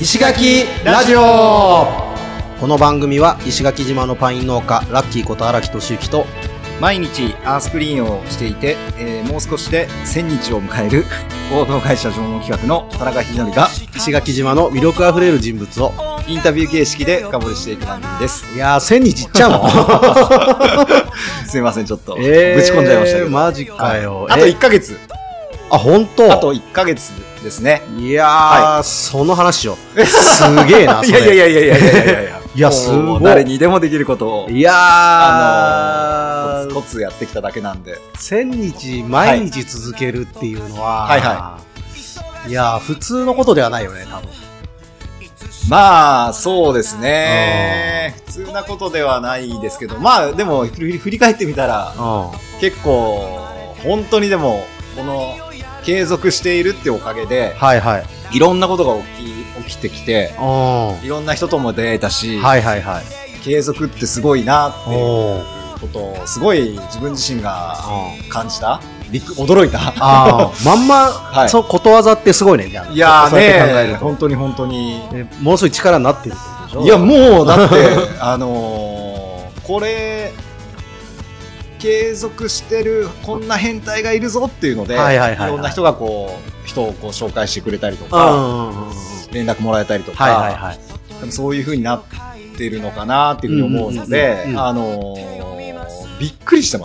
石垣ラジオ。この番組は石垣島のパイン農家ラッキーこと荒木俊之と毎日アースクリーンをしていて、もう少しで1000日を迎える合同会社縄文企画の田中秀則が石垣島の魅力あふれる人物をインタビュー形式で深掘りしていく番組です。 いやー1000日いっちゃうのすいませんちょっと、ぶち込んじゃいましたけど。 マジかよ、 あと1ヶ月。 あ、本当。 あと1ヶ月ですね。 いやー、その話よ。すげえなそれ。 いやいやすごい。 誰にでもできることをいやー、 コツコツやってきただけなんで。 1000日毎日続けるっていうのは、 はいやー普通のことではないよね多分。 まあそうですね、普通なことではないですけど、まあでも振り返ってみたら、結構本当にでもこの継続しているっておかげで、いろんなことが起きてきて、いろんな人とも出会えたし、継続ってすごいなっていうことをすごい自分自身が感じた。驚いた。 まんま、そうことわざってすごいね。じゃあいやーね、本当に本当にものすごい力になってるってことでしょ。 いやもうだってこれ継続してるこんな変態がいるぞっていうので、いろんな人が人を紹介してくれたりとか、連絡もらえたりとか、でもそういう風になってるのかなっていう風に思うので、びっくりしてます。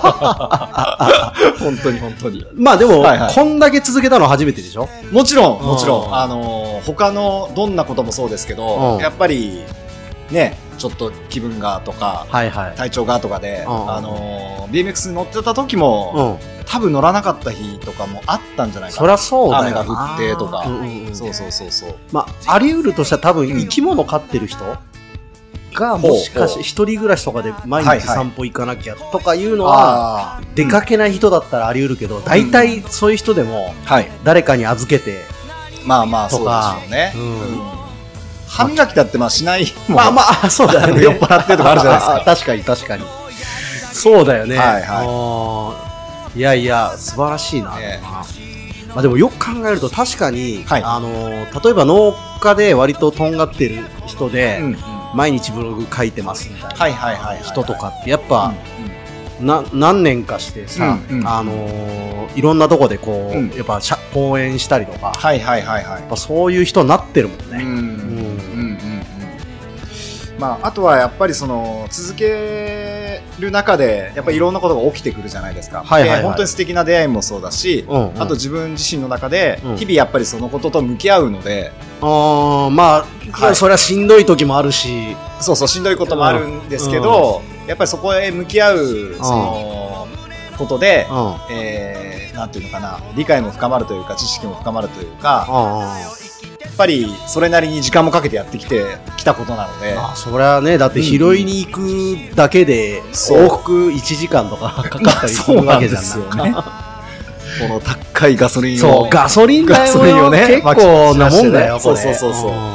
本当に本当に。 まあでも、こんだけ続けたのは初めてでしょ。 もちろん他のどんなこともそうですけど、やっぱりね、ちょっと気分がとか、体調がとかで、BMX に乗ってた時も、多分乗らなかった日とかもあったんじゃないかな。 そりゃそうだよ。 雨が降ってとか。そう。 まああり得るとしたら多分生き物飼ってる人がもしかして一人暮らしとかで毎日散歩行かなきゃとかいうのは出かけない人だったらあり得るけど、大体そういう人でも誰かに預けてまあまあそうでしょうね。歯磨きだってしないもん。 まあそうだよね。 酔っ払ってとかあるじゃないですか。 確かにそうだよね。いや素晴らしいな。まあでもよく考えると確かに例えば農家で割ととんがってる人で毎日ブログ書いてますみたいな人とかってやっぱ何年かしてさ、いろんなとこでやっぱ講演したりとか、やっぱそういう人になってるもんね。 まああとはやっぱりその続ける中でやっぱりいろんなことが起きてくるじゃないですか。本当に素敵な出会いもそうだし、あと自分自身の中で日々やっぱりそのことと向き合うので、 まあそれはしんどい時もあるし、 そうしんどいこともあるんですけど、やっぱりそこへ向き合うそのことで、なんていうのかな、理解も深まるというか知識も深まるというか、やっぱりそれなりに時間もかけてやってきたことなので。 それはね、だって拾いに行くだけで往復1時間とかかかったりするわけじゃん。 そうなんですよね。この高いガソリンを。 そう、ガソリン代をね、結構なもんだよ、これ。 そう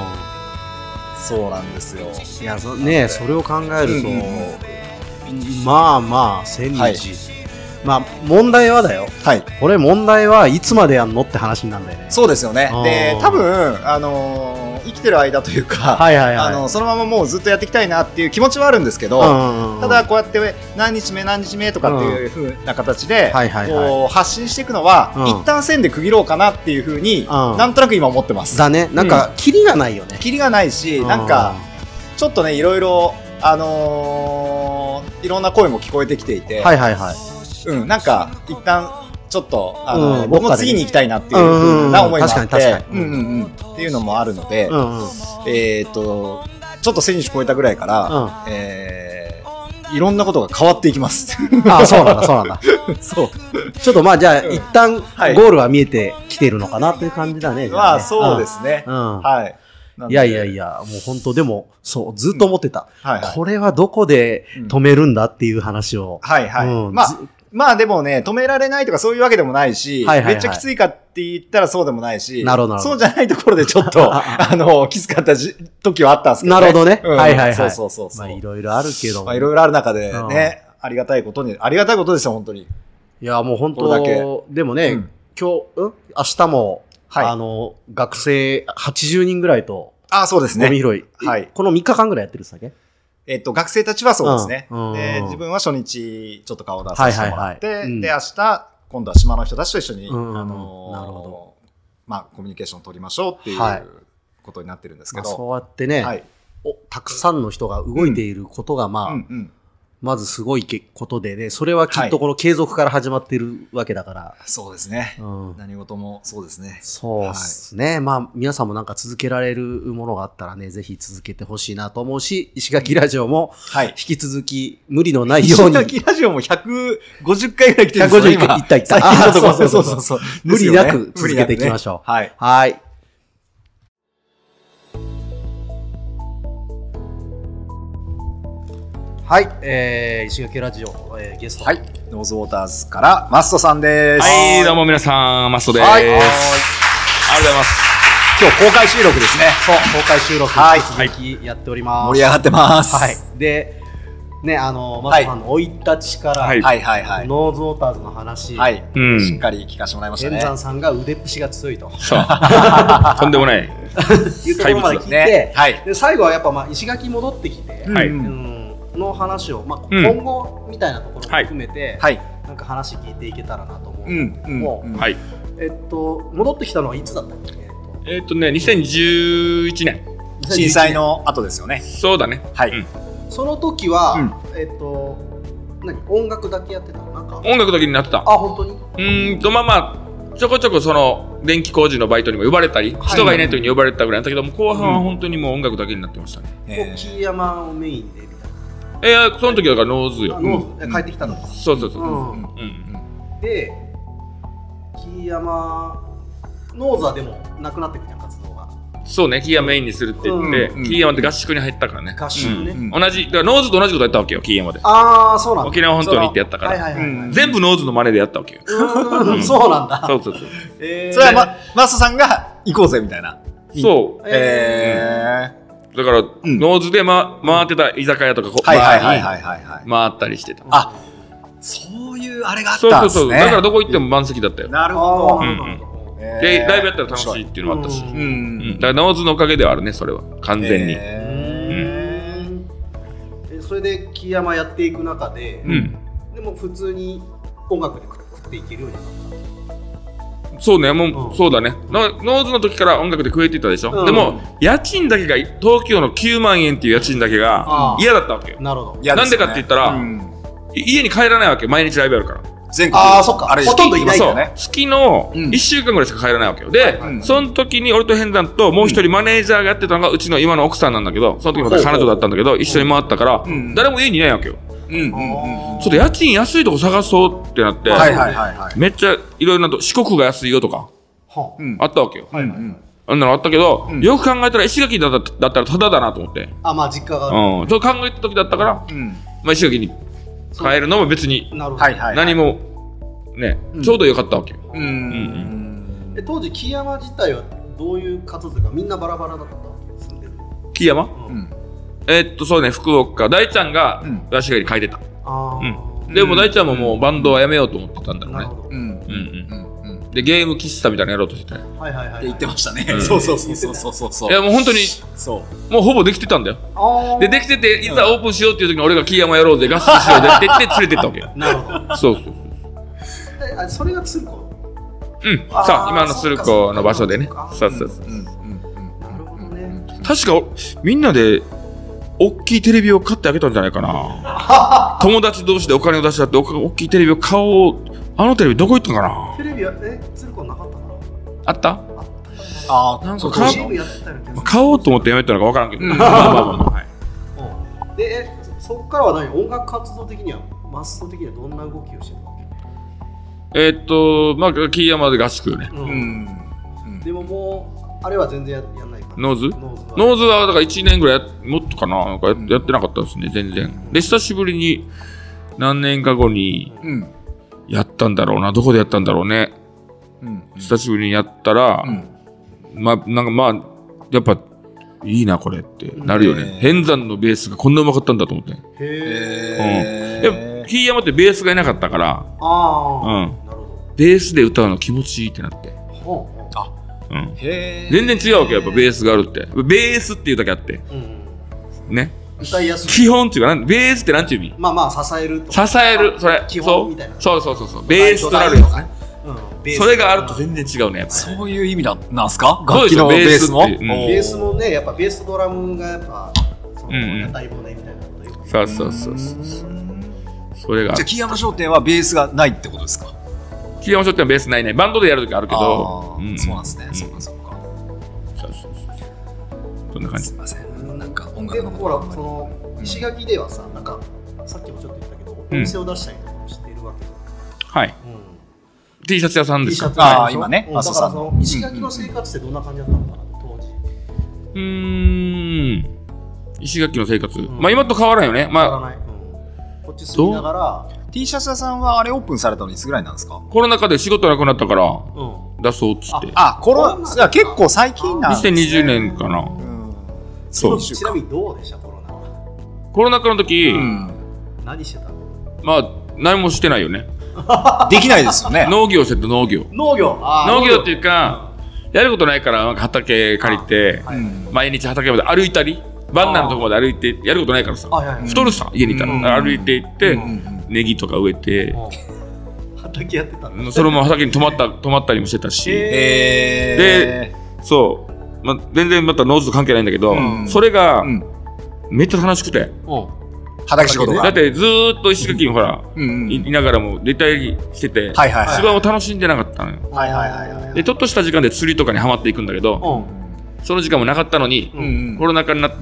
なんですよ。 いや、ね、それを考えると、まあ1000日。まあ問題はだよ。これ問題はいつまでやんのって話になるんだよね。 そうですよね。で、多分生きてる間というか、そのままもうずっとやっていきたいなっていう気持ちはあるんですけど、ただこうやって何日目とかっていう風な形で発信していくのは一旦線で区切ろうかなっていう風になんとなく今思ってます。 だね。なんかキリがないよね。 キリがないし、なんかちょっとね、いろいろいろんな声も聞こえてきていて、なんか一旦ちょっと僕も次に行きたいなっていう風な思いもあって、っていうのもあるので、ちょっと1000日超えたぐらいから、いろんなことが変わっていきます。 そうなんだ。そう。ちょっとじゃあ一旦ゴールは見えてきてるのかなっていう感じだね。 まあそうですね。 いや、もう本当でも、そう、ずっと思ってた。これはどこで止めるんだっていう話を。 まあでもね、止められないとかそういうわけでもないし、めっちゃきついかって言ったらそうでもないし、そうじゃないところでちょっと、きつかった時はあったんですけどね。 なるほどね。 そう。 まあいろいろあるけど。 まあいろいろある中でね、ありがたいことですよ、本当に。 いや、もう本当、でもね、明日も学生80人ぐらいと、 そうですね。 ゴミ拾い。はい。この3日間ぐらいやってるんですかね。 学生たちはそうですね。で、自分は初日ちょっと顔を出させてもらって、で、明日、今度は島の人たちと一緒に、なるほど。コミュニケーションを取りましょうっていうことになってるんですけど。 そうやってね、たくさんの人が動いていることが、まずすごいことでね、それはきっとこの継続から始まっているわけだから。 そうですね。何事もそうですね。 そうですね。皆さんもなんか続けられるものがあったらね、ぜひ続けてほしいなと思うし、石垣ラジオも引き続き無理のないように。 石垣ラジオも150回ぐらい来てるんですよ、今。 いった。そう。無理なく続けていきましょう。はい。はい、石垣ラジオ、ゲスト。 はい、ノーズウォーターズからマストさんです。 はい、どうも皆さん、マストです。ありがとうございます。 今日公開収録ですね。 そう、公開収録、続きやっております。 盛り上がってます。 はい。で、ね、マストさんの生い立ちから、ノーズウォーターズの話、 しっかり聞かせてもらいましたね。 天山さんが腕っぷしが強いと。 そう。とんでもない。 いうところまで聞いて、で最後はやっぱ石垣戻ってきて、の話を、今後みたいなところも含めて、なんか話聞いていけたらなと思うんですけども、戻ってきたのはいつだったっけ ？2011年。 震災の後ですよね。 そうだね。はい。 その時は、音楽だけやってたの？なんか音楽だけになってた。 本当に？ ちょこちょこその電気工事のバイトにも呼ばれたり、人がいない時に呼ばれたぐらいだったけども、後半は本当にもう音楽だけになってましたね。 木山をメインで。 その時だからノーズよ。 ノーズ帰ってきたのか。 そう。 で、木山ノーズはでもなくなってくるじゃん、活動が。 そうね、木山メインにするって言って、木山って合宿に入ったからね。 合宿ね。 同じだからノーズと同じことやったわけよ、木山で。 そうなんだ。 沖縄本島に行ってやったから。全部ノーズの真似でやったわけよ。 そうなんだ。 そう。 それはマストさんが行こうぜみたいな。 そう。だから、ノーズで回ってた居酒屋とか回ったりしてた。 そういうあれがあったんですね。そう。 だからどこ行っても満席だったよ。 なるほど。 で、ライブやったら楽しいっていうのもあったし。だからノーズのおかげではあるね、それは。完全に。 それで木山やっていく中で、でも普通に音楽で食っていけるようになった。 そうね、もう、そうだね。ノーズの時から音楽で食えてたでしょ。でも、家賃だけが、東京の9万円っていう家賃だけが嫌だったわけよ。 なるほど。 なんでかって言ったら、家に帰らないわけ、毎日ライブやるから。 全国そっか。ほとんどいないよね。 月の1週間ぐらいしか帰らないわけよ。で、その時に俺と変山ともう一人マネージャーがやってたのがうちの今の奥さんなんだけど、その時また彼女だったんだけど、一緒に回ったから、誰も家にいないわけよ。ちょっと家賃安いとこ探そうってなって、めっちゃいろいろな四国が安いよとか、あったわけよ。あんなのあったけど、よく考えたら石垣だったらタダだなと思って。 実家が。 そう考えた時だったから、石垣に帰るのも別に何もね、ちょうどよかったわけよ。 当時木山自体はどういう活動か、みんなバラバラだったわけ？住んでる木山？そうね、福岡大ちゃんが石垣に帰ってた。でも大ちゃんももうバンドはやめようと思ってたんだろうね。でゲーム喫茶みたいなのやろうとしてた。って言ってましたね。そう。 いやもう本当にもうほぼできてたんだよ。できてて、いざオープンしようっていう時に俺が木山やろうぜ、合宿しようぜって言って連れてったわけよ。 なるほど。 そう。 それが鶴子？ さあ今の鶴子の場所でね。そう。 なるほどね。 確かみんなで大きいテレビを買ってあげたんじゃないかな。友達同士でお金を出し合って大きいテレビを買おう。あのテレビどこ行ったんかな。 テレビは鶴子なかったかな。 あった？ なんか買おうと思ってやめたのか分からんけど。 でそっからは何？音楽活動的にはマスト的にはどんな動きをしてるの？ 木山で合宿よね。 でももうあれは全然やんないか。 ノーズはだから1年ぐらいもっとかな、なんかやってなかったですね、全然。で久しぶりに何年か後にやったんだろうな、どこでやったんだろうね。久しぶりにやったら、やっぱいいなこれってなるよね。変山のベースがこんなうまかったんだと思って。でも木山ってベースがいなかったから、ベースで歌うの気持ちいいってなって。 全然違うわけよ、やっぱベースがあるって。ベースっていうだけあって。ね。 歌いやすい。 基本っていうか、ベースってなんていう意味？ まあまあ、支えると。 支える、それ。 基本みたいな。 そう。ベースとなるやつね。それがあると全然違うね、やっぱ。 そういう意味なんすか？ 楽器のベースも？ベースもね、やっぱベースとドラムがやっぱ、屋台骨みたいなことよ。そう。それが。 じゃあ、木山商店はベースがないってことですか？ 木山商店はベースないね。バンドでやるときあるけど。 そうなんですね。そうか。そうそんな感じ。 すみません。なんか音楽のほら、その石垣ではさ、なんかさっきもちょっと言ったけど、お店を出したりとかもしているわけ。 はい。T シャツ屋さんですか？ ああ、今ね。 だからその石垣の生活ってどんな感じだったのかな、当時。 石垣の生活。まあ今と変わらんよね。まあこっち住みながら。 T シャツ屋さんはあれオープンされたのいつぐらいなんですか？ コロナ禍で仕事なくなったから出そうっつって。 コロナ結構最近なんですね。 2020年かな。 そう。ちなみにどうでしたコロナは？ コロナ禍の時、 何してたの？ まあ何もしてないよね。 できないですよね。 農業してた農業っていうか、やることないからなんか畑借りて毎日畑まで歩いたり、バンナのとこまで歩いてやることないからさ、太るさ家にいたら歩いて行ってネギとか植えて。 畑やってたんだ。 それも畑に泊まったりもしてたし、で、そう、まあ、全然またノーズと関係ないんだけど、それがめっちゃ楽しくて、 畑仕事が。 だってずーっと石垣にほら、いながらもリタイアしてて、芝を楽しんでなかったのよ。で、ちょっとした時間で釣りとかにはまっていくんだけど、その時間もなかったのに、コロナ禍になって、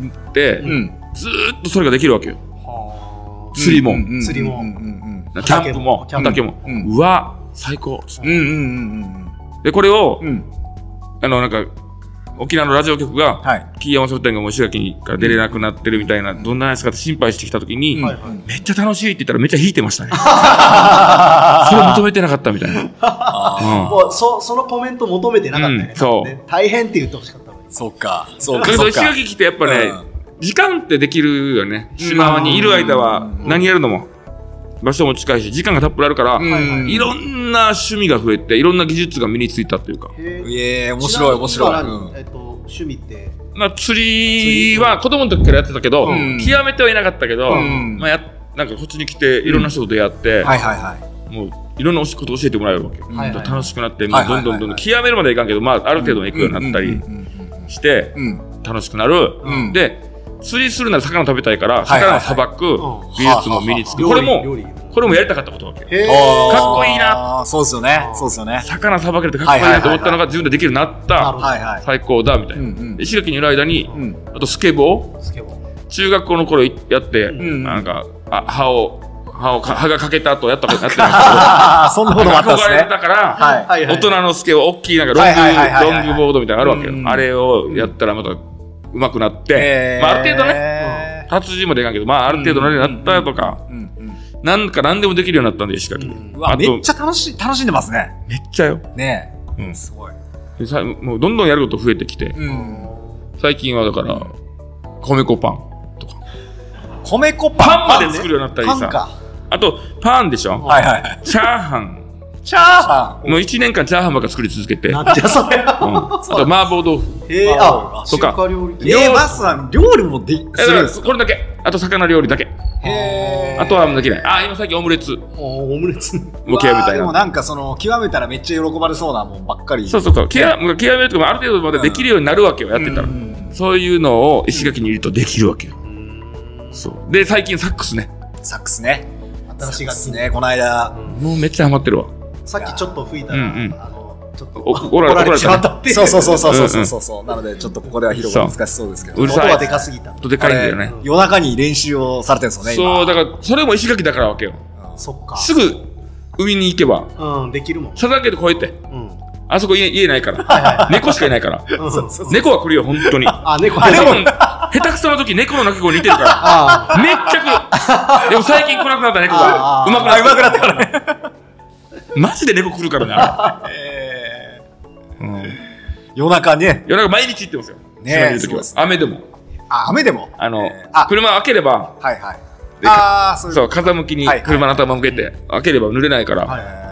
ずーっとそれができるわけよ。釣りも。キャンプも、畑も。うわ、最高。で、これを、なんか、沖縄のラジオ局が、木山商店がもう石垣から出れなくなってるみたいな、どんなやつかって心配してきたときに、めっちゃ楽しいって言ったらめっちゃ弾いてましたね。それ求めてなかったみたいな。 もうそのコメント求めてなかったね。そう。大変って言ってほしかったのに。 そっか。 だけど石垣来てやっぱね、時間ってできるよね。島にいる間は何やるのも。場所も近いし、時間がたっぷりあるから、いろんな趣味が増えて、いろんな技術が身についたっていうか。 面白い。 趣味って。 まあ、釣りは子供の時からやってたけど、極めてはいなかったけど、まあ、なんかこっちに来て、いろんな人と出会って、もう、いろんなこと教えてもらえるわけよ。楽しくなって、どんどん極めるまではいかんけど、まあ、ある程度は行くようになったりして、楽しくなる。で、釣りするなら魚食べたいから、魚をさばく技術も身につく。これもやりたかったことわけ。かっこいいな。 そうですよね。 魚さばけるってかっこいいなと思ったのが自分でできるようになった。最高だみたいな。石垣にいる間に、あとスケボー。中学校の頃やって、なんか、歯が欠けた後やってないんですけど。 そんなこともあったんですね。 憧れてたから、大人のスケボー、大きいなんかロングボードみたいなのあるわけよ。あれをやったらまた、うまくなって、まあ、ある程度ね、達人までいかんけど、まあ、ある程度のようになったとか、なんか何でもできるようになったんで、石垣で。 めっちゃ楽しんでますね。 めっちゃよ。 ねえ。すごい。 もうどんどんやること増えてきて、最近はだから、米粉パンとか。 米粉パンまで作るようになったりさ。あと、パンでしょ？チャーハン。もう1年間チャーハンばっか作り続けて。 なんじゃそれ。あと麻婆豆腐。 とか。 マスさん、料理もするんですか？ これだけ。あと魚料理だけ。あとはできない。今最近オムレツ。 オムレツ。 もう極めたいな。 でもなんか極めたらめっちゃ喜ばれそうなもんばっかり。 そう。極めるとかある程度までできるようになるわけよ、やってたら。そういうのを石垣にいるとできるわけよ。そう。で、最近サックスね。 新しい楽器ね、この間。 もうめっちゃハマってるわ。 さっきちょっと吹いたら、ちょっと怒られてしまったっていう。 そう。なので、ちょっとここでは広く難しそうですけど。 うるさい。 音がでかすぎた。 でかいんだよね。 夜中に練習をされてるんですよね、 そう、だから、それも石垣だからわけよ。 そっか。 すぐ海に行けば、 できるもん。 サザンゲート越えて、あそこ家ないから。猫しかいないから。猫は来るよ、本当に。 猫でも、下手くその時猫の鳴き声似てるから。めっちゃ来る。でも最近来なくなった猫が。うまくなったからね。マジで猫来るからね。 夜中ね。 夜中毎日行ってますよ。島にいる時は。雨でも。 雨でも車開ければ、 そう風向きに車の頭向けて開ければ濡れないから。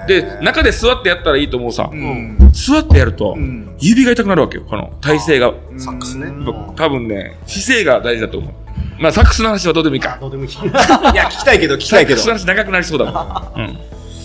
で中で座ってやったらいいと思うさ。座ってやると指が痛くなるわけよ。この体勢が。 サックスね。 多分ね姿勢が大事だと思う。まあサックスの話はどうでもいいか。 どうでもいい。 いや聞きたいけど。 サックスの話長くなりそうだもん。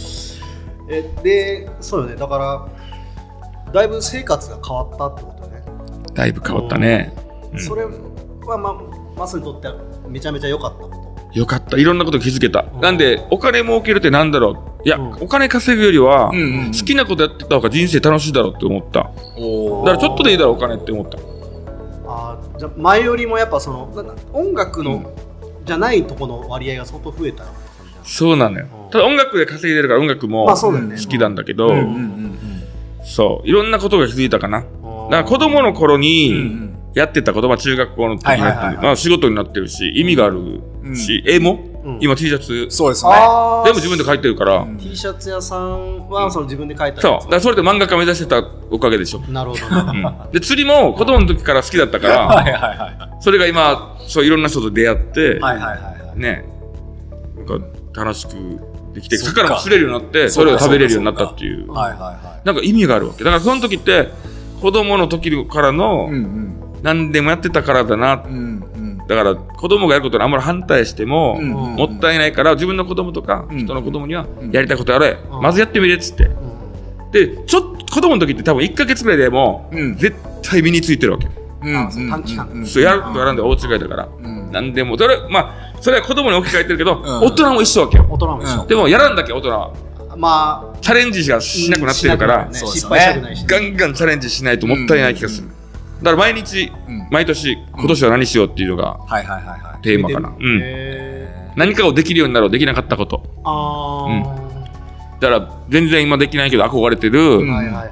でそうよね。だからだいぶ生活が変わったってことね。 だいぶ変わったね。 それはマスにとってはめちゃめちゃ良かったこと。 よかった。いろんなこと気づけた。なんでお金儲けるってなんだろう。いや、お金稼ぐよりは好きなことやってた方が人生楽しいだろうって思った。だからちょっとでいいだろうお金って思った。 じゃあ前よりもやっぱその音楽のじゃないとこの割合が相当増えた。 そうなのよ。ただ音楽で稼いでるから音楽も好きなんだけど、そういろんなことが気づいたかな。だから子供の頃にやってたことは中学校の時にやってる、仕事になってるし意味があるし、絵も今 T シャツそうですね全部自分で描いてるから、 T シャツ屋さんはその自分で描いた。 そうだからそれで漫画家目指してたおかげでしょ。 なるほど。 で釣りも子供の時から好きだったからそれが今そういろんな人と出会ってねなんか楽しくできて魚も釣れるようになってそれを食べれるようになったっていうなんか意味があるわけだからその時って子供の時からの何でもやってたからだな。だから子供がやることにあんまり反対してももったいないから自分の子供とか人の子供にはやりたいことやれまずやってみれっつってで子供の時って多分1ヶ月ぐらいでも絶対身についてるわけよ。 短期間そうやるとやらんで大違いだから何でもそれは子供に置き換えてるけど大人も一緒わけよ。 大人も一緒。 でもやらんだけ大人はまあチャレンジしなくなってるから失敗したくないしガンガンチャレンジしないともったいない気がする。だから毎年毎年今年は何しようっていうのがテーマかな。何かをできるようになろうできなかったこと。だから全然今できないけど憧れてる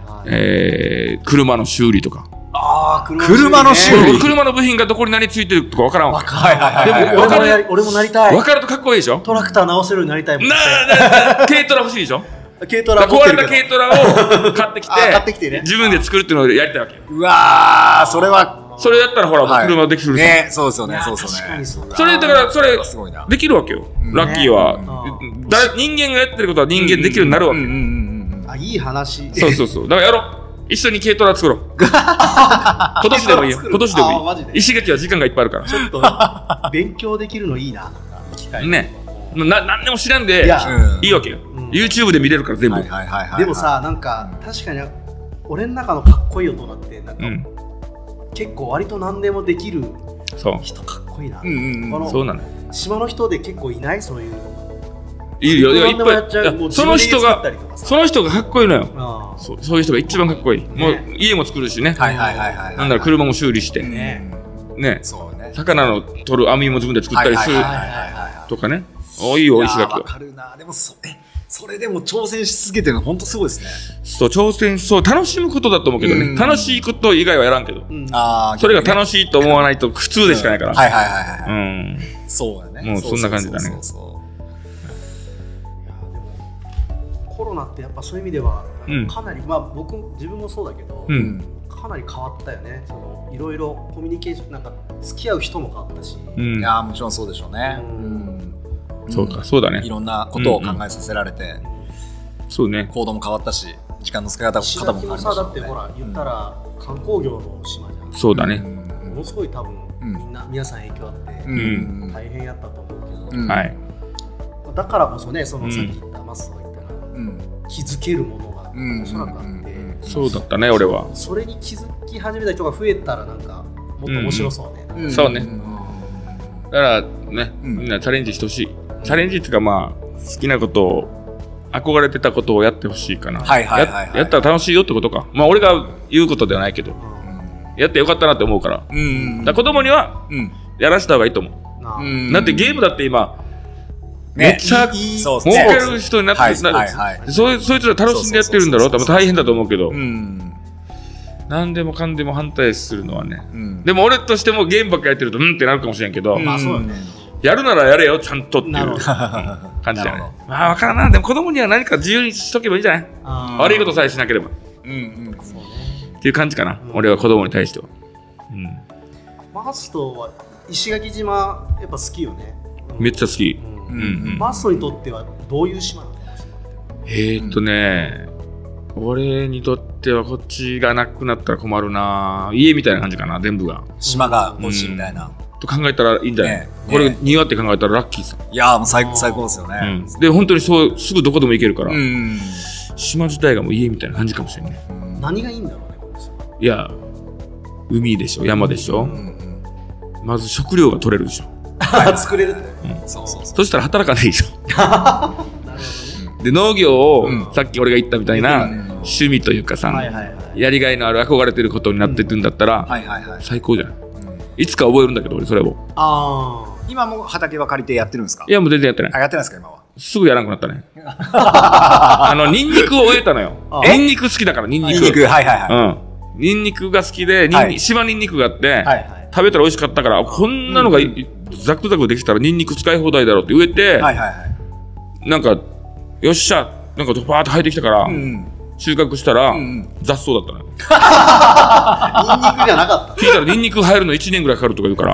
車の修理とか。 車の修理。 車の部品がどこに何ついてるとか分からんわ。 でも俺もなりたい。 分かるとかっこいいでしょ。 トラクター直せるようになりたいもん。 軽トラ欲しいでしょ。 軽トラ壊れた軽トラを買ってきて自分で作るっていうのをやりたいわけ。 うわーそれやったらほら車できるね。そうですよね。 それだからそれできるわけよ。ラッキーは人間がやってることは人間できるようになるわけ。 いい話。 そうだからやろう。一緒に軽トラ作ろう。今年でもいいよ。今年でもいい。石垣は時間がいっぱいあるから。 ちょっと勉強できるのいいな。 ね。何でも知らんでいいわけよ。YouTube で見れるから全部。 でもさなんか確かに俺の中のかっこいい大人ってなんか結構割と何でもできる人かっこいいな。 そうなの。 島の人で結構いないそういう。 いるよ。いっぱい。その人がかっこいいのよ。そういう人が一番かっこいい。もう家も作るしね。なんだろ車も修理してね。魚の取る網も自分で作ったりするとかね。いいよ石垣は。 わかるな。でもそれでも挑戦し続けてるの本当すごいですね。 そう挑戦楽しむことだと思うけどね。楽しいこと以外はやらんけど。それが楽しいと思わないと普通でしかないから。 そうだね。 もうそんな感じだね。 コロナってやっぱそういう意味ではかなり自分もそうだけどかなり変わったよね。いろいろコミュニケーションなんか付き合う人も変わったし。 いやもちろんそうでしょうね。 そうだね。 いろんなことを考えさせられて、 そうね。 行動も変わったし、時間の使い方も変わりましたね。 だってほら言ったら観光業の島じゃん。 そうだね。 ものすごい多分皆さん影響あって大変やったと思うけど、だからこそねそのさっき言ったマスが言ったら気づけるものがおそらくあって、 そうだったね俺は。 それに気づき始めた人が増えたらなんかもっと面白そうね。 そうね。だからねみんなチャレンジしてほしい。チャレンジっていうか好きなことを憧れてたことをやってほしいかな。やったら楽しいよってことか。俺が言うことではないけどやってよかったなって思うから。だから子供にはやらせた方がいいと思う。だってゲームだって今めっちゃ儲ける人になってそいつら楽しんでやってるんだろうって大変だと思うけど何でもかんでも反対するのはね。でも俺としてもゲームばっかやってるとってなるかもしれんけどやるならやれよちゃんとっていう感じだね。分からんな。でも子供には何か自由にしとけばいいんじゃない。悪いことさえしなければっていう感じかな。俺は子供に対しては。 マストは石垣島やっぱ好きよね。 めっちゃ好き。 マストにとってはどういう島なの？ 俺にとってはこっちがなくなったら困るな。家みたいな感じかな、全部が。 島が欲しいみたいな。 と考えたらいいんじゃない？これ庭って考えたらラッキーさ。 いやーもう最高ですよね。 で、本当にそうすぐどこでも行けるから、島自体がもう家みたいな感じかもしれない。 何がいいんだろうね、この島。 いや、海でしょ、山でしょ。まず食料が取れるでしょ。 作れるって。 そしたら働かないでしょ。で、農業をさっき俺が言ったみたいな趣味というかさ、やりがいのある憧れてることになっていくんだったら最高じゃん。いつか覚えるんだけど俺それを。 今も畑は借りてやってるんですか？ いやもう全然やってない。 やってないですか今は？ すぐやらなくなったね。ニンニクを終えたのよ。ニンニク好きだから、ニンニク。ニンニクが好きで、島ニンニクがあって、食べたら美味しかったから、こんなのがザクザクできたらニンニク使い放題だろうって植えて、なんか、よっしゃ、なんかバーって生えてきたから、収穫したら、雑草だったのよ。 ニンニクじゃなかった。 聞いたらニンニク生えるの1年ぐらいかかるとか言うから、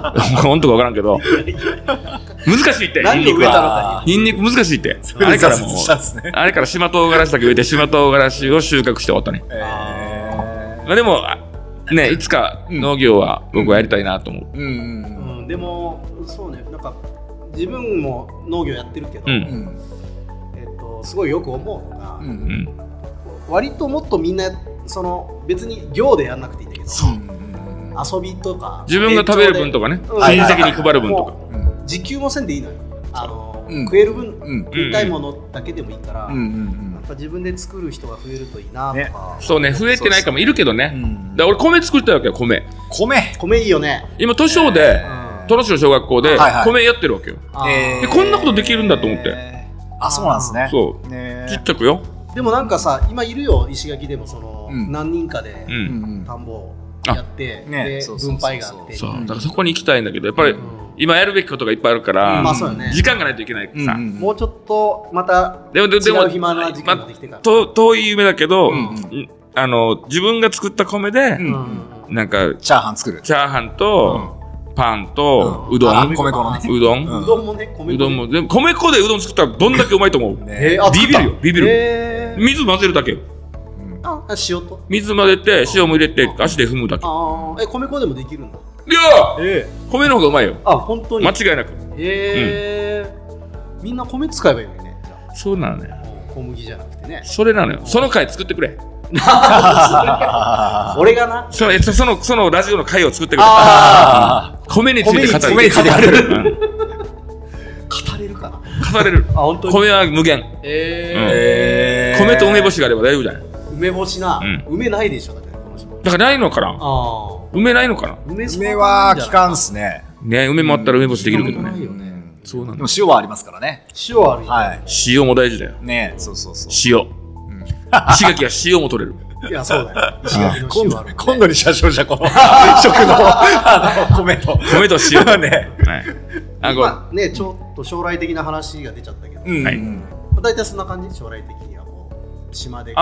本当か分からんけど、難しいって、ニンニクは。ニンニク難しいって。あれからもう、あれから島唐辛子だけ植えて、島唐辛子を収穫して終わったね。まあでも、ね、いつか農業は僕はやりたいなと思う。 でも、そうね、なんか、自分も農業やってるけど、すごいよく思うのが、割ともっとみんな別に業でやんなくていいんだけど、遊びとか自分が食べる分とかね、親戚に配る分とか時給もせんでいいのよ。食える分、食いたいものだけでもいいから、やっぱ自分で作る人が増えるといいなとか。 そうね、増えてないかもいるけどね。だから俺米作りたいわけよ。米いいよね。 今都小で戸野市の小学校で米やってるわけよ。でこんなことできるんだと思って。 そうなんですね。 そうちっちゃくよ。 でもなんかさ、今いるよ、石垣でも何人かで田んぼをやって分配があって、 そうだからそこに行きたいんだけど、やっぱり今やるべきことがいっぱいあるから時間がないといけないからさ、 もうちょっとまた違う暇な時間ができてから、 遠い夢だけど、自分が作った米でなんかチャーハン作る。 チャーハンとパンとうどん、 米粉のね、 うどんもね、うどんもでも米粉でうどん作ったらどんだけうまいと思う。ビビる。水混ぜるだけよ。 塩と水混ぜて塩も入れて足で踏むだけ。 米粉でもできるんだ。 いや米の方がうまいよ。 本当に間違いなく。 みんな米使えばいいのにね。 そうなのよ。 小麦じゃなくてね。 それなのよ。その回作ってくれ。 俺がな、 そのラジオの回を作ってくれ。米について語る。語れるかな。 語れる。米は無限。米と梅干しがあれば大丈夫じゃない。 梅干しな、梅ないでしょ。だからないのかな。梅ないのかな。 梅は効かんすね。 ね、梅もあったら梅干しできるけどね。 そうなんだ。でも塩はありますからね。 塩はある。 塩も大事だよ。 ね、そう。 塩。石垣は塩も取れる。 いや、そうだよ。石垣の塩ある。 今度にしましょう、じゃあこの食の米と塩ね。 ね、ちょっと将来的な話が出ちゃったけど、大体そんな感じ。将来的にはこう島で。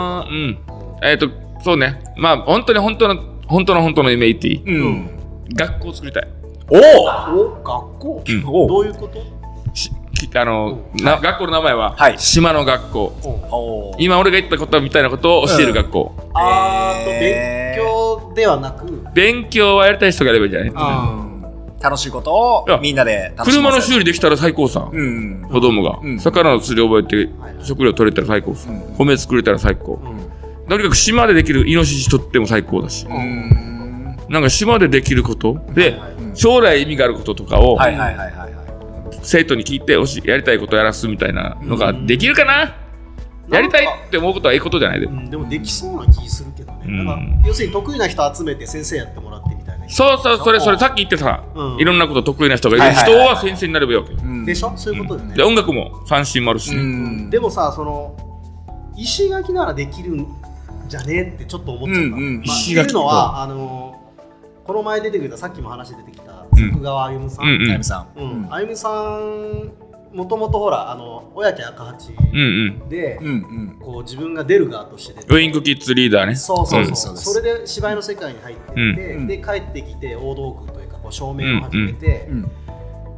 そうね。まあ本当の夢言っていい？学校作りたい。 学校？どういうこと？ 学校の名前は島の学校。今俺が言ったことみたいなことを教える学校。 勉強ではなく、 勉強はやりたい人がやればいいんじゃない？ 楽しいことをみんなで楽しむ。 車の修理できたら最高さ。子供が魚の釣り覚えて食料取れたら最高さ。米作れたら最高。とにかく島でできるイノシシ取っても最高だし、なんか島でできることで将来意味があることとかを生徒に聞いてやりたいことをやらすみたいなのができるかな。やりたいって思うことはいいことじゃない。でもできそうな気するけどね。要するに得意な人集めて先生やってもらってみたいな。 そうそれさっき言ってさ、いろんなこと得意な人がいる人は先生になればいいわけでしょ。そういうことだよね。 で音楽も三振もあるし。 でもさ、石垣ならできるんじゃねえってちょっと思っちゃった。石垣のはこの前出てくれた、さっきも話出てきた徳川歩さん。歩さんもともとほら小焼赤八でこう自分が出る側として出て、 ウイングキッズリーダーね。 そうそれで芝居の世界に入っていって、で帰ってきて大道具というかこう照明を始めて、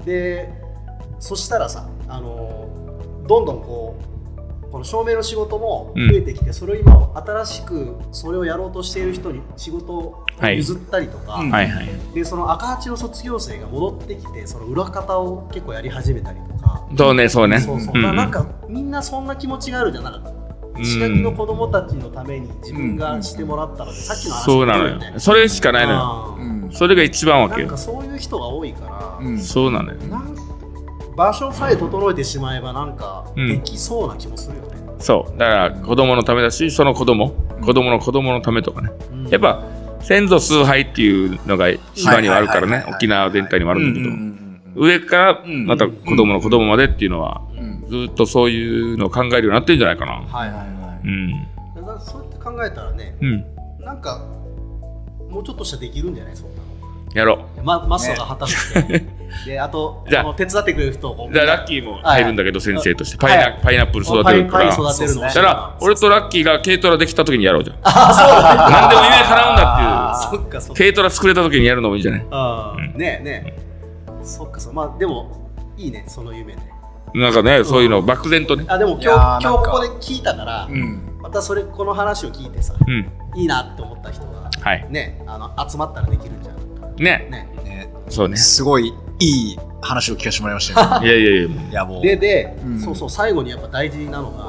でそしたらさどんどんこの照明の仕事も増えてきて、それを今新しくそれをやろうとしている人に仕事を譲ったりとか、でその赤八の卒業生が戻ってきてその裏方を結構やり始めたりとか、 そうねなんかみんなそんな気持ちがあるじゃなかった。石垣の子供たちのために自分がしてもらったので、さっきの話そうなのよ。それしかないのよ。それが一番わけよ。 なんかそういう人が多いから、 そうなのよ。 場所さえ整えてしまえばなんかできそうな気もするよね。 そうだから子供のためだし、その子供のためとかね、やっぱ先祖崇拝っていうのが島にはあるからね、沖縄全体にもあるんだけど、上からまた子供の子供までっていうのはずっとそういうのを考えるようになってるんじゃないかな。 だからそうやって考えたらね、なんかもうちょっとしたらできるんじゃない？そんなのやろう。 マストが果たしてで、あと手伝ってくれる人をじゃあラッキーも入るんだけど、先生としてパイナップル育てるから、だから俺とラッキーが軽トラできた時にやろうじゃん。何でも夢叶うんだっていう、軽トラ作れた時にやるのもいいんじゃない？ ねえそっか、まあでもいいね、その夢ね。 なんかね、そういうの漠然とね。 でも今日ここで聞いたから、またこの話を聞いてさ、いいなって思った人がね、集まったらできるんじゃん。 ね、そうね。 すごいいい話を聞かせてもらいましたね。 いやもうで、そう最後にやっぱ大事なのが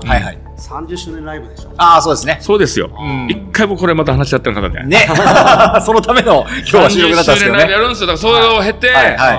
30周年ライブでしょ。 そうですね。 そうですよ。一回もこれまた話し合ってなかったね。 そのための今日は収録だったんですけどね。30周年ライブやるんですよ。だからそれを経て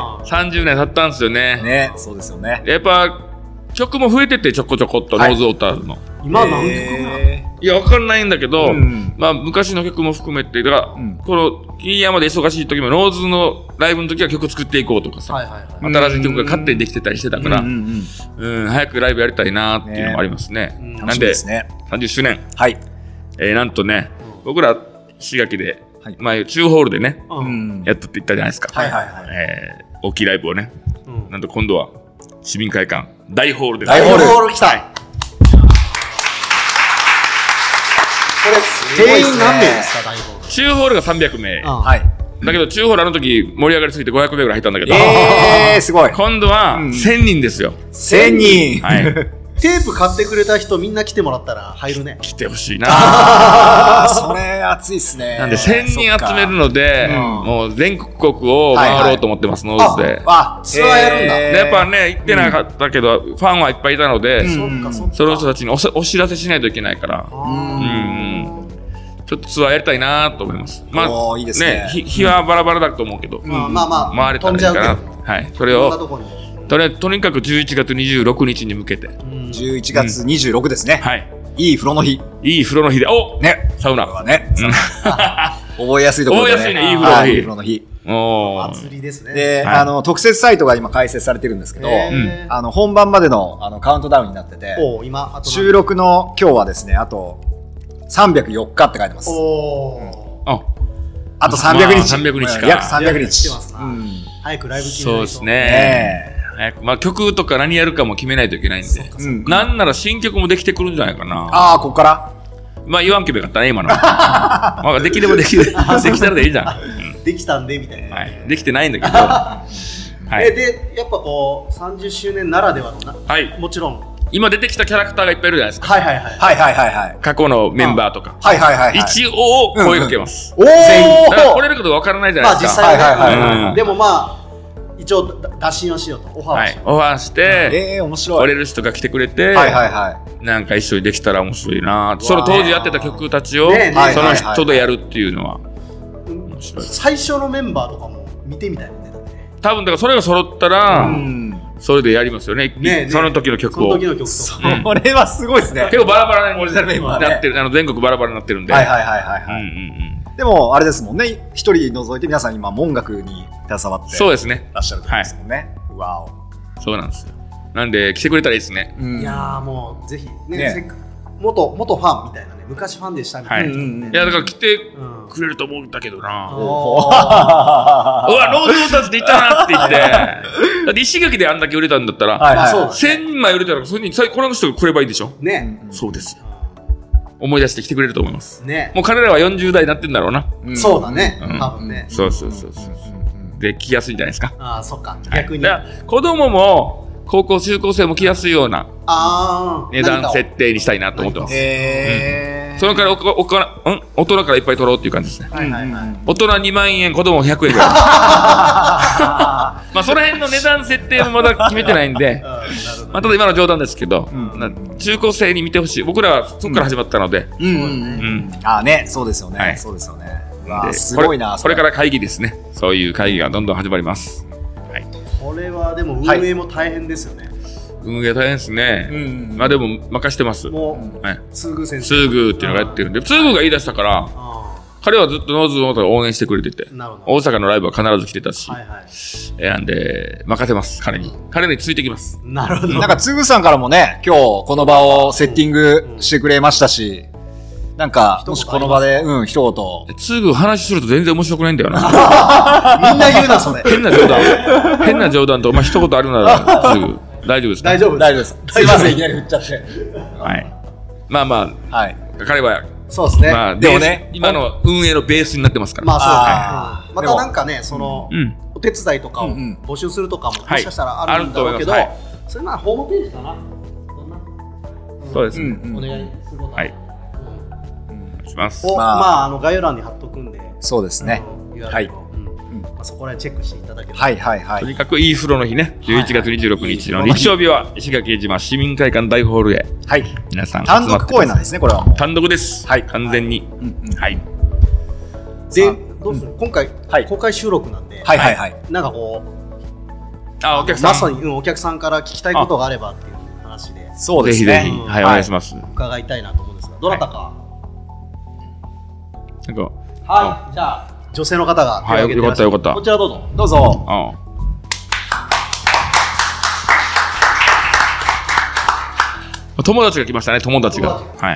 30年経ったんですよね。 そうですよね。 やっぱ曲も増えててちょこちょこっとノーズウォーターズの。 今何曲ぐらい？ いや、わかんないんだけど、まあ昔の曲も含めて、だからこの金山で忙しい時もノーズのライブの時は曲作っていこうとかさ、新しい曲が勝手にできてたりしてたから、早くライブやりたいなっていうのもありますね。なんで30周年、なんとね、僕ら石垣で前中ホールでねやっとって言ったじゃないですか。大きいライブをね、なんと今度は市民会館大ホールで、 大ホール来た。これ定員何名ですか？大ホール。 中ホールが300名。だけど中ホールの時盛り上がりすぎて500名ぐらい入ったんだけど、 すごい。 今度は1000人ですよ。 1000人。 テープ買ってくれた人みんな来てもらったら入るね。 来てほしいな。 それ熱いっすね。 なんで1000人集めるので、もう全国を回ろうと思ってます、ノーズで。 ツアーやるんだ。 やっぱね、行ってなかったけど、ファンはいっぱいいたので、その人たちにお知らせしないといけないから、ちょっとツアーやりたいなと思います。まあ、 いいですね。 日はバラバラだと思うけど、回れたらいいかな。はい。それを、とにかく11月26日に向けて。 11月26ですね。 はい。 いい風呂の日。 いい風呂の日で、サウナ。 覚えやすいところでね。 覚えやすいね、いい風呂の日。 祭りですね。 で、特設サイトが今開設されてるんですけど、本番までのカウントダウンになってて、収録の今日はですね、あと304日って書いてます。あと300日。 300日か。 約300日。 早くライブそうですね。まあ曲とか何やるかも決めないといけないんで、なんなら新曲もできてくるんじゃないかな。 ここからまあ言わんけばよかったね、今の。まあできればできたらでいいじゃん。 できたんでみたいな。 できてないんだけど。 で、やっぱこう30周年ならではのもちろん今出てきたキャラクターがいっぱいいるじゃないですか。過去のメンバーとか。一応声かけます。だから来れること分からないじゃないですか。 まあ実際ね。でもまあ一応打診をしようとオファーして、 面白い。 来れる人が来てくれて、なんか一緒にできたら面白いな。その当時やってた曲たちをその人でやるっていうのは面白い。 最初のメンバーとかも見てみたいもんね。 多分だからそれが揃ったらそれでやりますよね。その時の曲を。 それはすごいですね。 結構バラバラになってる。全国バラバラになってるんで。 でもあれですもんね、一人除いて皆さん今音楽に携わってそうですねらっしゃると思うんですもんね。 そうなんですよ。なんで来てくれたらいいですね。 いやもうぜひね、元ファンみたいなね、昔ファンでしたみたいな。 いやだから来てくれると思うんだけどな。うわノーズウォーターズで行ったなって言って。だって石垣であんだけ売れたんだったら、1000人枚売れたらそれにこの人が来ればいいでしょ。 ね。 そうですよ。思い出して来てくれると思います。もう彼らは40代になってんだろうな。 そうだね。多分ね。 そう。 で来やすいんじゃないですか。 ああ、そっか。逆に。 だから子供も高校中高生も来やすいような値段設定にしたいなと思ってます。そのから大人からいっぱい取ろうっていう感じですね。大人2万円、子供100円ぐらい。まあその辺の値段設定もまだ決めてないんで、まあただ今の冗談ですけど、中高生に見てほしい。僕らはそこから始まったので。 ああね、そうですよね。そうですよね。すごいな。 これから会議ですね。そういう会議がどんどん始まります。 これはでも運営も大変ですよね。 運営大変ですね。まあでも任してます。 もう、ツーグ先生。 ツーグっていうのがやってるんで、ツーグが言い出したから、彼はずっとノーズノートを応援してくれてて、大阪のライブは必ず来てたし、なんで、任せます、彼に。彼についてきます。 なるほど。 なんか、つぐさんからもね、今日この場をセッティングしてくれましたし、なんか、もしこの場で、一言。 ツーグ話すると全然面白くないんだよな。 みんな言うな、それ。 変な冗談と、まあ一言あるなら、ツーグ。大丈夫ですか？ 大丈夫です。すいません、いきなり振っちゃって。 はい。まあまあ、彼は、 そうですね。 まあ、でもね、今の運営のベースになってますから。 まあそうですね。またなんかね、その、お手伝いとかを募集するとかも、もしかしたらあるんだろうけど、それならホームページかな。 そうですね。 お願いすること。はい。 お願いします。 まあ、概要欄に貼っとくんで。 そうですね。はい。 そこらチェックしていただければ。 はいはいはい。 とにかくいい風呂の日ね、11月26日の日曜日は石垣島市民会館大ホールへ。 はい。 皆さん単独公演なんですね、これは。 単独です。はい。完全に。はい。 で、どうする？今回公開収録なんで、 はいはいはい。 なんかこう、 お客さん、 まさにお客さんから聞きたいことがあればっていう話で、 そうですね。 ぜひぜひ、はい、お願いします。 伺いたいなと思うんですが、どなたか。 なんか、 はい、じゃあ。女性の方がはい、よかったよかった。 こちらどうぞ。 どうぞ。 友達が来ましたね、友達が。はい。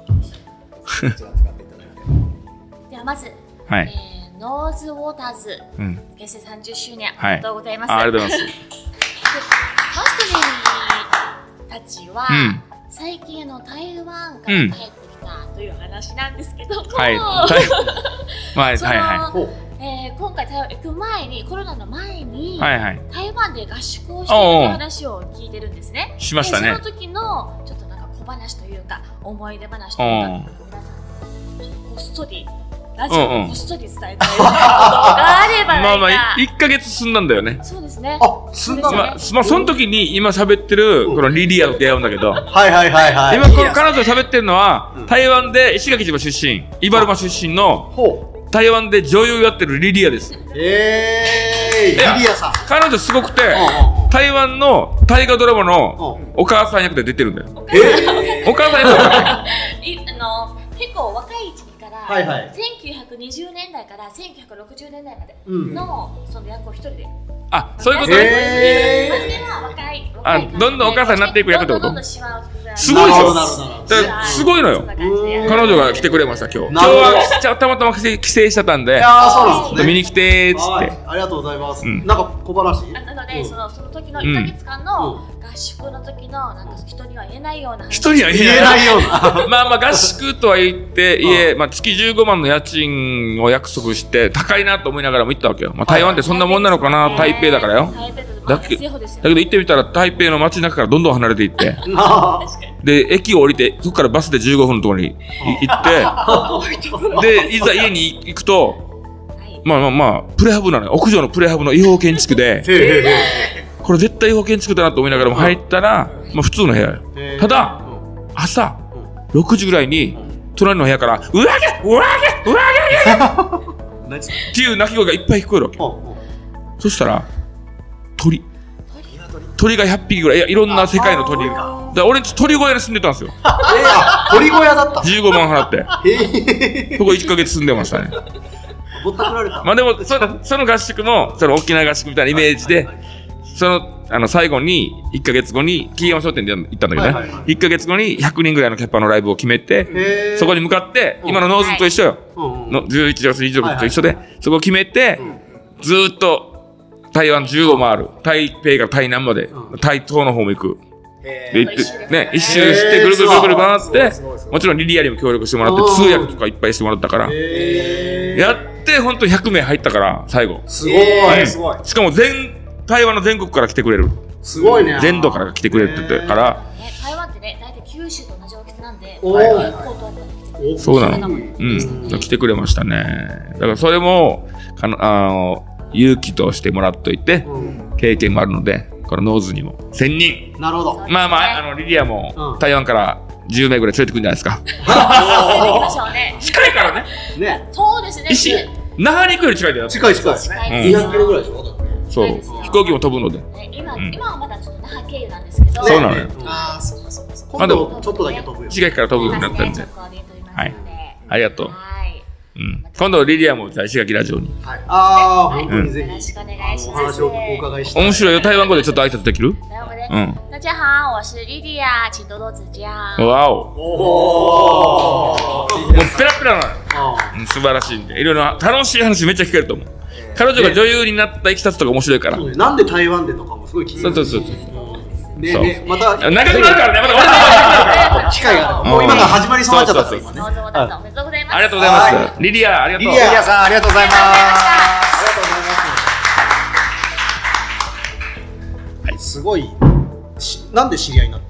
ではまず、ノーズウォーターズ結成30周年ありがとうございます。 ありがとうございます。 マストリーたちは最近台湾から帰ってきたという話なんですけども、今回台湾行く前にコロナの前に台湾で合宿をしているという話を聞いてるんですね。 しましたね。 その時のちょっとなんか小話というか思い出話というか、皆さんこっそりラジオでこっそり伝えたいことがあればまあまあ1ヶ月済んだんだよね。 そうですね。 済んだ。 まあその時に今喋ってるこのリリアと出会うんだけど、 はいはいはいはい。 今この彼女喋ってるのは台湾で石垣島出身、イバルマ出身の台湾で女優やってるリリアです。 リリアさん。 彼女すごくて台湾の大河ドラマのお母さん役で出てるんだよ。お母さん役だ。 結構若い時期から1920年代から1960年代までのその役を一人で。 あ、そういうことね。どんどんお母さんになっていく役ってこと？すごいでしょ。すごいのよ。彼女が来てくれました、今日。今日はたまたま帰省してたんで、見に来てーっつって。 ありがとうございます。なんか小話？ なので、その時の1ヶ月間の合宿の時のなんか人には言えないような話。 人には言えないような。まあまあ合宿とは言って月15万の家賃を約束して高いなと思いながらも行ったわけよ。まあ台湾ってそんなもんなのかな、台北だからよ。だけど行ってみたら台北の街中からどんどん離れていって、で駅を降りてそこからバスで15分のところに行って、でいざ家に行くとまあプレハブなのよ。屋上のプレハブの違法建築で、これ絶対違法建築だなと思いながらも入ったら普通の部屋よ。ただ朝6時ぐらいに隣の部屋から「うわげうわげうわげ!」っていう鳴き声がいっぱい聞こえるわけ。そしたら鳥が100匹ぐらい、いろんな世界の鳥が。俺鳥小屋に住んでたんですよ。 鳥小屋だった。 15万払って。そこ1ヶ月住んでましたね。 ぼったくられた。 まあでもその合宿もその大きな合宿みたいなイメージで、最後に1ヶ月後に桐山商店で行ったんだけどね、1ヶ月後に100人ぐらいのキャパのライブを決めて、そこに向かって今のノーズと一緒よ。11月26日と一緒でそこを決めて、ずーっと台湾15回る。台北から台南まで、台東の方も行く。で行ってね、一周してぐるぐるぐるぐる回って、もちろんリリアにも協力してもらって、通訳とかいっぱいしてもらったから、やっって本当に100名入ったから最後。 すごい。 すごい。 しかも台湾の全国から来てくれる。 すごいね。 全土から来てくれてたから。 台湾ってね、大体九州と同じ大きさなんで、結構遠くに来てそうなの。来てくれましたね。だからそれも勇気としてもらっといて、経験もあるので、このノーズにも1000人。 なるほど。 まあリリアも台湾から10名ぐらい連れてくるんじゃないですか。近いからね。 ね。 そうですね。 那覇に行くより近いんだよ。 近いですね。200キロぐらいでしょ。 そう。飛行機も飛ぶので。 今はまだちょっと那覇経由なんですけど。 そうなのよ。 ああ、そうかそうか。今度ちょっとだけ飛ぶよ。 石垣から飛ぶようになったんで。はい。ありがとう。今度リリアも石垣ラジオに。 ああ、本当にぜひ。 よろしくお願いします。 お話をお伺いして。 面白いよ。台湾語でちょっと挨拶できる？ 大家好，我是莉莉亚，请多多指教。 わお。もうペラペラなの。素晴らしいんで、いろいろ楽しい話めっちゃ聞けると思う。彼女が女優になったいきさつとか面白いから。 なんで台湾でとかもすごい気になる。そうね、また長くなるからね。また俺の機会がもう今から始まりそうになっちゃったから今ね。 おめでとうございます。 ありがとうございます。リリアありがとう。 リリアさんありがとうございます。 すごい。なんで知り合いになった？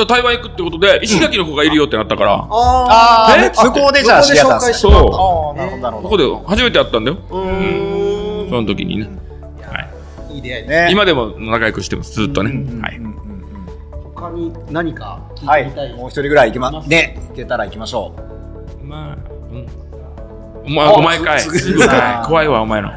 台湾行くってことで石垣の子がいるよってなったから。 向こうでじゃあ知り合ったんですね。 そう。なるほどなるほど。 ここで初めて会ったんだよ。その時にね。 いい出会いね。 今でも仲良くしてます。ずっとね。はい。 他に何か聞いてみたい？ もう一人ぐらい行けたら行きましょう。 まあ、お前かい。怖いわお前の。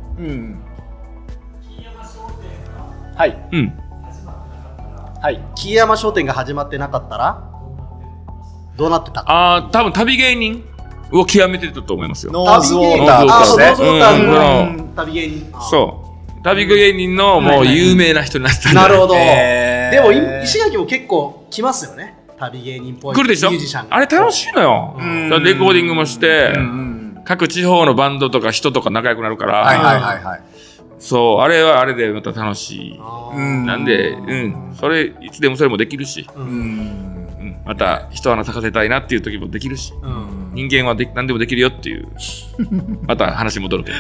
はい。 はい。木山商店が始まってなかったらどうなってた？ 多分旅芸人を極めてたと思いますよ。 ノーズウォーターの旅芸人。 そう。旅芸人のもう有名な人になったんで。 なるほど。でも石垣も結構来ますよね。旅芸人っぽい。 来るでしょ？あれ楽しいのよ。レコーディングもして、各地方のバンドとか人とか仲良くなるから。そう、あれはあれでまた楽しい。なんで、それ、いつでもそれもできるし。また一花咲かせたいなっていう時もできるし。人間は何でもできるよっていう。また話戻るけど。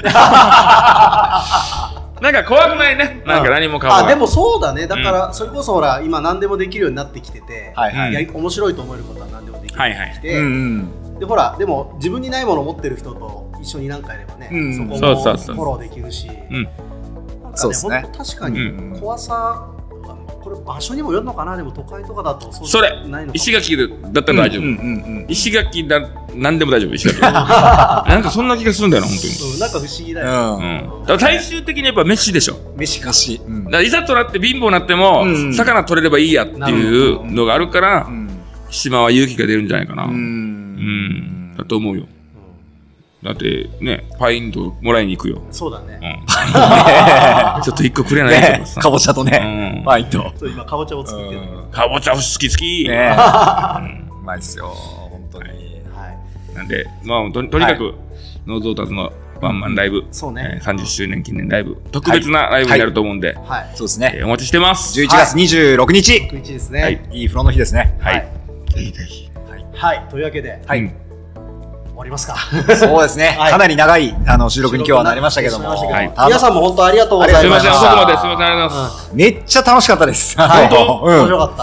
なんか怖くないね。なんか何も変わらない。 でもそうだね。だからそれこそほら今何でもできるようになってきてて、面白いと思えることは何でもできるようになってきて、でほらでも自分にないものを持ってる人と一緒に何かやればね、そこもフォローできるし、 そうですね。 確かに怖さこれ場所にもよるのかな。でも都会とかだとそれ石垣だったら大丈夫。石垣だ何でも大丈夫。石垣なんかそんな気がするんだよな本当に。 なんか不思議だよ。 だから最終的にやっぱ飯でしょ。 飯か。 だからいざとなって貧乏になっても魚取れればいいやっていうのがあるから島は勇気が出るんじゃないかな。だと思うよ。だってね、パインともらいに行くよ。 そうだね。 ちょっと一個くれないと。 かぼちゃとね、パインと。 今かぼちゃを作ってる。 かぼちゃ好き好き。 うまいっすよ、本当に。 なんで、まあとにかくノーズウォーターズのワンマンライブ、30周年記念ライブ、特別なライブになると思うんで、 そうですね。 お待ちしてます。 11月26日。 6日ですね。 いい風呂の日ですね。 はい。ぜひぜひ。 はい。というわけで。終わりますか。 そうですね。かなり長い収録に今日はなりましたけども、 皆さんも本当ありがとうございました。 すみません、遅くまですみません、ありがとうございます。 めっちゃ楽しかったです。 本当？ 面白かった。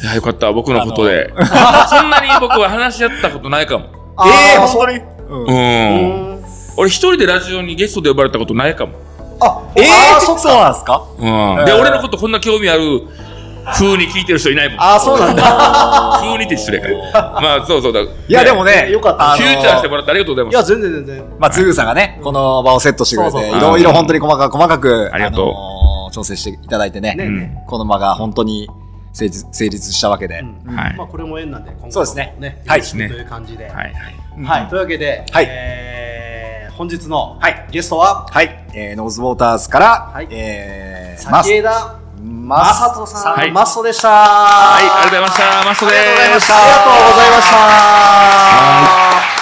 いや、よかった、僕のことで。そんなに僕は話し合ったことないかも。 本当に？ 俺一人でラジオにゲストで呼ばれたことないかも。 そうなんですか？ で、俺のことこんな興味ある風に聞いてる人いないもん。 そうなんだ。 風にって失礼か。まあ、そうだ。いや、でもね、 よかった。 フューチャーしてもらってありがとうございます。 いや、全然。 まあ、つぐさんがね、この場をセットしてくれて、いろいろ本当に細かく、 ありがとう。調整していただいてね、この場が本当に成立したわけで。 まあ、これも縁なんで、今後もね、 はい、という感じで。はい。というわけで、本日のゲストは、 ノーズウォーターズから、 先枝マサトさん、マストでした。 はい、ありがとうございました。マストです。 ありがとうございました。